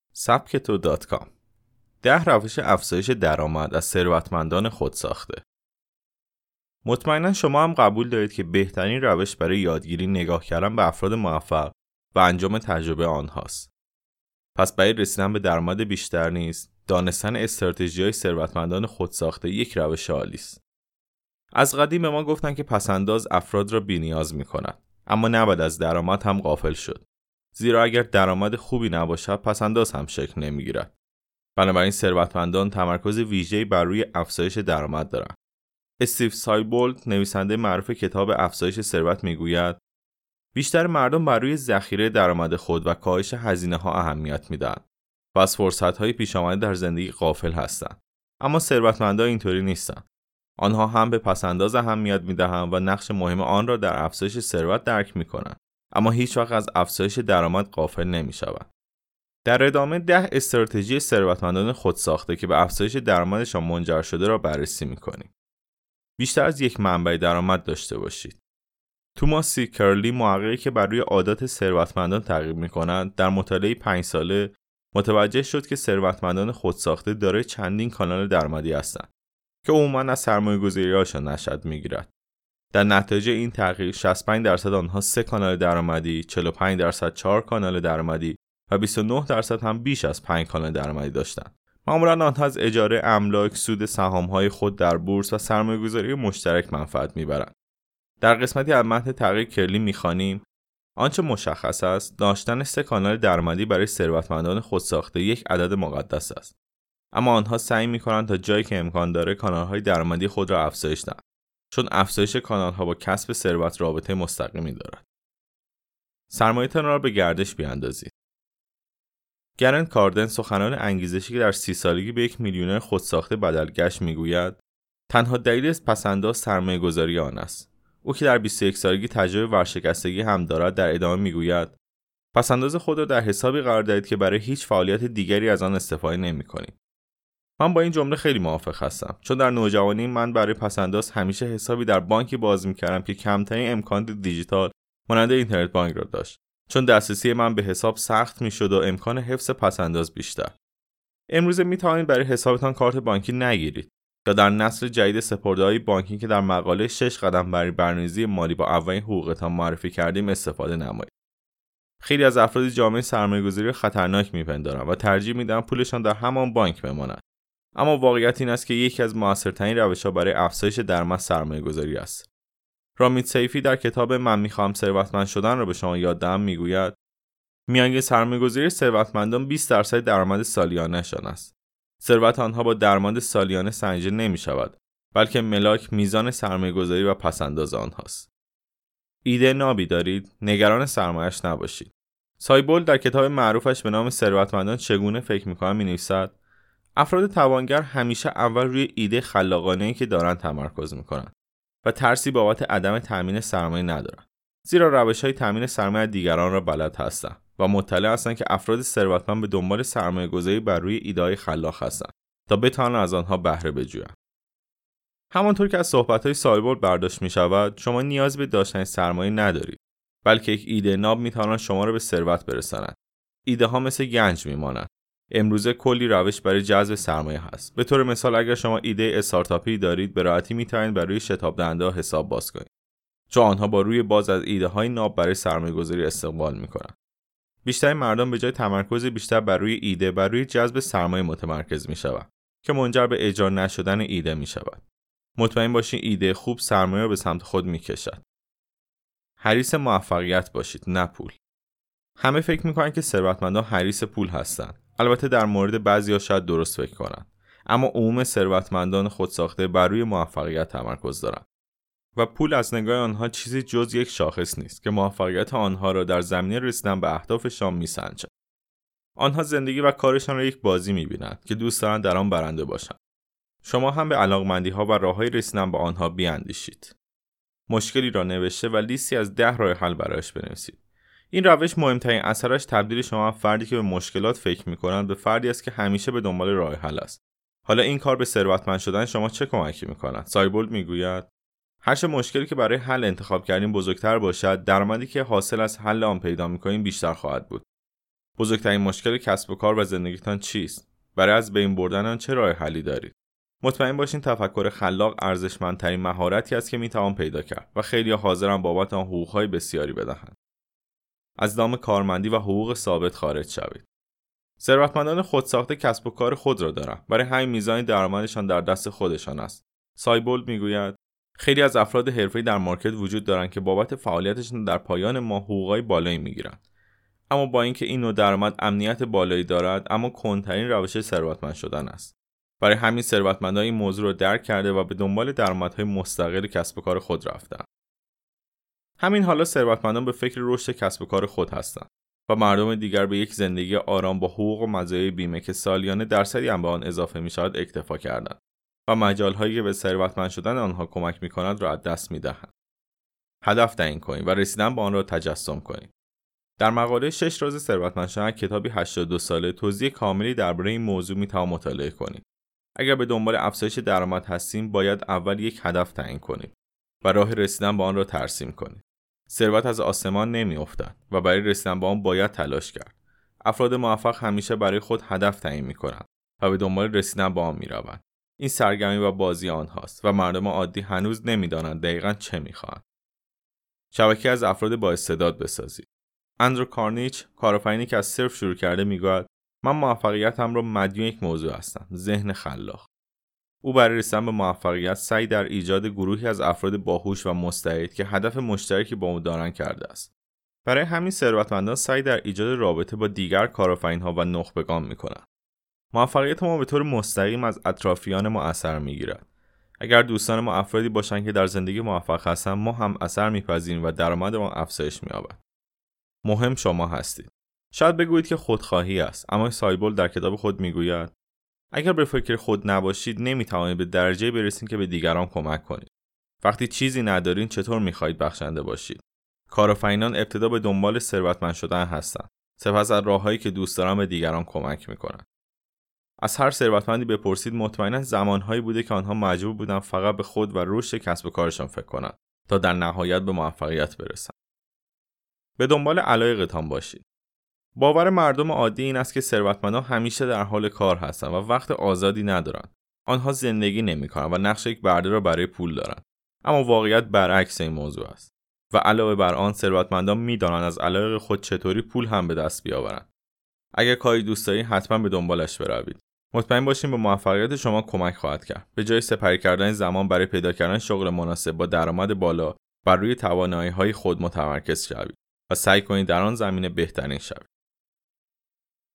sabketo.com 10 روش افزایش درآمد از ثروتمندان خودساخته. مطمئنا شما هم قبول دارید که بهترین روش برای یادگیری نگاه کردن به افراد موفق و انجام تجربه آنهاست. پس برای رسیدن به درآمد بیشتر نیز دانستن استراتژی‌های ثروتمندان خودساخته یک روش عالی است. از قدیم به ما گفتن که پس‌انداز افراد را بی‌نیاز می‌کند، اما نباید از درآمد هم غافل شد. زیرا اگر درآمد خوبی نباشد پس‌انداز هم شکل نمی‌گیرد. بنابراین ثروتمندان تمرکز ویژه‌ای بر روی افزایش درآمد دارند. استیو سایبولد نویسنده معروف کتاب افزایش ثروت میگوید بیشتر مردم بر روی ذخیره درآمد خود و کاهش هزینه‌ها اهمیت میدهند و از فرصت‌های پیش آمده در زندگی غافل هستند. اما ثروتمندان اینطوری نیستند. آنها هم به پس‌انداز اهمیت میدهند و نقش مهم آن را در افزایش ثروت درک می‌کنند، اما هیچ وقت از افزایش درآمد غافل نمی‌شوند. در ادامه 10 استراتژی ثروتمندان خودساخته که به افزایش درآمدشان منجر شده را بررسی می‌کنیم. بیشتر از یک منبع درآمد داشته باشید. توماس سی کرلی، محققی که بر روی عادات ثروتمندان تحقیق می‌کند، در مطالعه 5 ساله متوجه شد که ثروتمندان خودساخته دارای چندین کانال درآمدی هستند که عموماً از سرمایه‌گذاری‌هاشان نشأت می‌گیرد. در نتایج این تحقیق 65% آنها 3 کانال درآمدی، 45% 4 کانال درآمدی و 29% هم بیش از 5 کانال درآمدی داشتند. معمولاً آنها از اجاره املاک، سود سهام‌های خود در بورس و سرمایه‌گذاری مشترک منفعت می‌برند. در قسمتی از متن تحقیق کرلی می‌خوانیم آنچه مشخص است داشتن 3 کانال درآمدی برای ثروتمندان خودساخته یک عدد مقدس است. اما آنها سعی می‌کنند تا جایی که امکان داره کانال‌های درآمدی خود را افزایش دهند، چون افزایش کانال‌ها با کسب ثروت رابطه مستقیمی دارد. سرمایه‌تان را به گردش بیاندازید. گرنت کاردن، سخنران انگیزشی که در 30 سالگی به یک میلیونر خودساخته بدلگشت میگوید تنها دلیل از پس‌انداز سرمایه‌گذاری آن است. او که در 21 سالگی تجربه ورشکستگی هم دارد در ادامه میگوید پس‌انداز خود را در حسابی قرار دهید که برای هیچ فعالیت دیگری از آن استفاده نمی‌کنید. من با این جمله خیلی موافق هستم، چون در نوجوانی من برای پس‌انداز همیشه حسابی در بانکی باز می‌کردم که کمترین امکانات دیجیتال مانند اینترنت بانک را داشت، چون دسترسی من به حساب سخت می‌شد و امکان حفظ پس‌انداز بیشتر. امروزه می‌توانید برای حسابتان کارت بانکی نگیرید یا در نسل جدید سپرده‌های بانکی که در مقاله 6 قدم برای برنامه‌ریزی مالی با اولین حقوقتان معرفی کردیم استفاده نمایید. خیلی از افراد جامعه سرمایه‌گذاری را خطرناک می‌پندارند و ترجیح می‌دهند پولشان در همان بانک بماند. اما واقعیت این است که یکی از موثرترین روش‌ها برای افزایش درآمد سرمایه‌گذاری است. رامید سیفی در کتاب من می‌خواهم ثروتمند شدن را به شما یاد دهم میگوید میانگین سرمایه‌گذاری ثروتمندان 20% درآمد سالیانه‌شان است. ثروت آنها با درآمد سالیانه سنجیده نمی‌شود، بلکه ملاک میزان سرمایه‌گذاری و پس‌انداز آنهاست. ایده نابی دارید؟ نگران سرمایه‌اش نباشید. سایبولد در کتاب معروفش به نام ثروتمندان چگونه فکر می‌کنند می‌نویسد افراد توانگر همیشه اول روی ایده خلاقانه‌ای که دارند تمرکز می‌کنند و ترسی بابت عدم تامین سرمایه ندارند، زیرا روش‌های تامین سرمایه دیگران را بلد هستند و مطلع هستند که افراد ثروتمند به دنبال سرمایه‌گذاری بر روی ایده‌های خلاق هستند تا بتوانند از آنها بهره بجویند. همانطور که از صحبت‌های سایبولد برداشت می‌شود، شما نیاز به داشتن سرمایه ندارید، بلکه یک ایده ناب می‌تواند شما را به ثروت برساند. ایده‌ها مثل گنج می‌مانند. امروزه کلی روش برای جذب سرمایه هست. به طور مثال اگر شما ایده استارتاپی دارید، به راحتی می‌توانید برای شتاب دهنده حساب باز کنید، چون آنها با روی باز از ایده‌های ناب برای سرمایه‌گذاری استقبال می‌کنند. بیشتر مردم به جای تمرکز بیشتر بر روی ایده، بر روی جذب سرمایه متمرکز می‌شوند که منجر به اجرا نشدن ایده می‌شود. مطمئن باشید ایده خوب سرمایه را به سمت خود می‌کشد. حریص موفقیت باشید، نه پول. همه فکر می‌کنند که ثروتمندان حریص پول هستند. البته در مورد بعضی‌ها شاید درست فکر کنند، اما عموم ثروتمندان خودساخته بر روی موفقیت تمرکز دارند و پول از نگاه آنها چیزی جز یک شاخص نیست که موفقیت آنها را در زمینه رسیدن به اهدافشان می‌سنجد. آنها زندگی و کارشان را یک بازی می‌بینند که دوست دارند در آن برنده باشند. شما هم به علاقمندی‌ها و راه‌های رسیدن به آنها بیاندیشید. مشکلی را نوشته و لیستی از 10 راه حل برایش بنویسید. این روش مهمترین اثرش تبدیل شما فردی که به مشکلات فکر می‌کنند به فردی است که همیشه به دنبال راه حل است. حالا این کار به ثروتمند شدن شما چه کمکی می‌کند؟ سایبولد میگوید هر چه مشکلی که برای حل انتخاب کردیم بزرگتر باشد، درآمدی که حاصل از حل آن پیدا می‌کنیم بیشتر خواهد بود. بزرگترین مشکل کسب و کار و زندگیتان چیست؟ برای از بین بردن آن چه راه حلی دارید؟ مطمئن باشین تفکر خلاق ارزشمندترین مهارتی است که میتوان پیدا کرد و خیلی حاضرن بابت آن حقوق‌های بسیاری بدهند. از دام کارمندی و حقوق ثابت خارج شوید. ثروتمندان خودساخته کسب و کار خود را دارند، برای همین میزان درآمدشان در دست خودشان است. سایبولد میگوید خیلی از افراد حرفه‌ای در مارکت وجود دارند که بابت فعالیتشان در پایان ماه حقوق‌های بالایی میگیرند. اما با اینکه این نوع درآمد امنیت بالایی دارد، اما کندترین روش ثروتمند شدن است. برای همین ثروتمندان این موضوع را درک کرده و به دنبال درآمدهای مستقل کسب و کار خود رفتند. همین حالا ثروتمندان به فکر رشد کسب و کار خود هستند و مردم دیگر به یک زندگی آرام با حقوق و مزایای بیمه که سالیانه درصدی هم به آن اضافه می‌شود اکتفا کردند و مجال‌هایی که به ثروتمند شدن آنها کمک می‌کند را از دست می‌دهند. هدف تعیین کنید و رسیدن به آن را تجسم کنید. در مقاله 6 راز ثروتمند شدن کتابی 82 ساله توضیح کاملی درباره این موضوع می‌توان مطالعه کنید. اگر به دنبال افزایش درآمد هستیم، باید اول یک هدف تعیین کنید و راه رسیدن به آن را ترسیم کنید. ثروت از آسمان نمی‌افتد و برای رسیدن به آن باید تلاش کرد. افراد موفق همیشه برای خود هدف تعیین می‌کنند و به دنبال رسیدن به آن می‌روند. این سرگرمی و بازی آنهاست و مردم عادی هنوز نمی‌دانند دقیقاً چه می‌خواهند. شبکه از افراد با استعداد بسازید. اندرو کارنیچ، کارآفرینی که از صفر شروع کرده، میگوید من موفقیتم را مدیون یک موضوع هستم: ذهن خلاق. او برای رسیدن به موفقیت سعی در ایجاد گروهی از افراد باهوش و مستعد که هدف مشترکی با او دارند کرده است. برای همین ثروتمندان سعی در ایجاد رابطه با دیگر کارآفرین‌ها و نخبگان می‌کنند. موفقیت ما به طور مستقیم از اطرافیان ما اثر می‌گیرد. اگر دوستان ما افرادی باشند که در زندگی موفق هستند، ما هم اثر می‌پذیریم و درآمد ما افزایش می‌یابد. مهم شما هستید. شاید بگویید که خودخواهی است، اما سایبولد در کتاب خود میگوید اگر به فکر خود نباشید نمیتوانید به درجه برسید که به دیگران کمک کنید. وقتی چیزی ندارین چطور میخواهید بخشنده باشید؟ کارآفرینان ابتدا به دنبال ثروتمند شدن هستند، سپس از راههایی که دوست دارن به دیگران کمک میکنند. از هر ثروتمندی بپرسید، مطمئنا زمانهایی بوده که آنها مجبور بودند فقط به خود و رشد کسب و کارشان فکر کنند تا در نهایت به موفقیت برسند. به دنبال علایقتان باشید. باور مردم عادی این است که ثروتمندان همیشه در حال کار هستند و وقت آزادی ندارند. آنها زندگی نمی‌کنند و نقش یک برده را برای پول دارند. اما واقعیت برعکس این موضوع است. و علاوه بر آن، ثروتمندان می‌دانند از علایق خود چطوری پول هم به دست بیاورند. اگر کاری دوست دارید، حتما به دنبالش بروید. مطمئن باشید به موفقیت شما کمک خواهد کرد. به جای سپری کردن زمان برای پیدا کردن شغل مناسب با درآمد بالا، بر روی توانایی‌های خود متمرکز شوید و سعی کنید در آن زمینه بهترین شوید.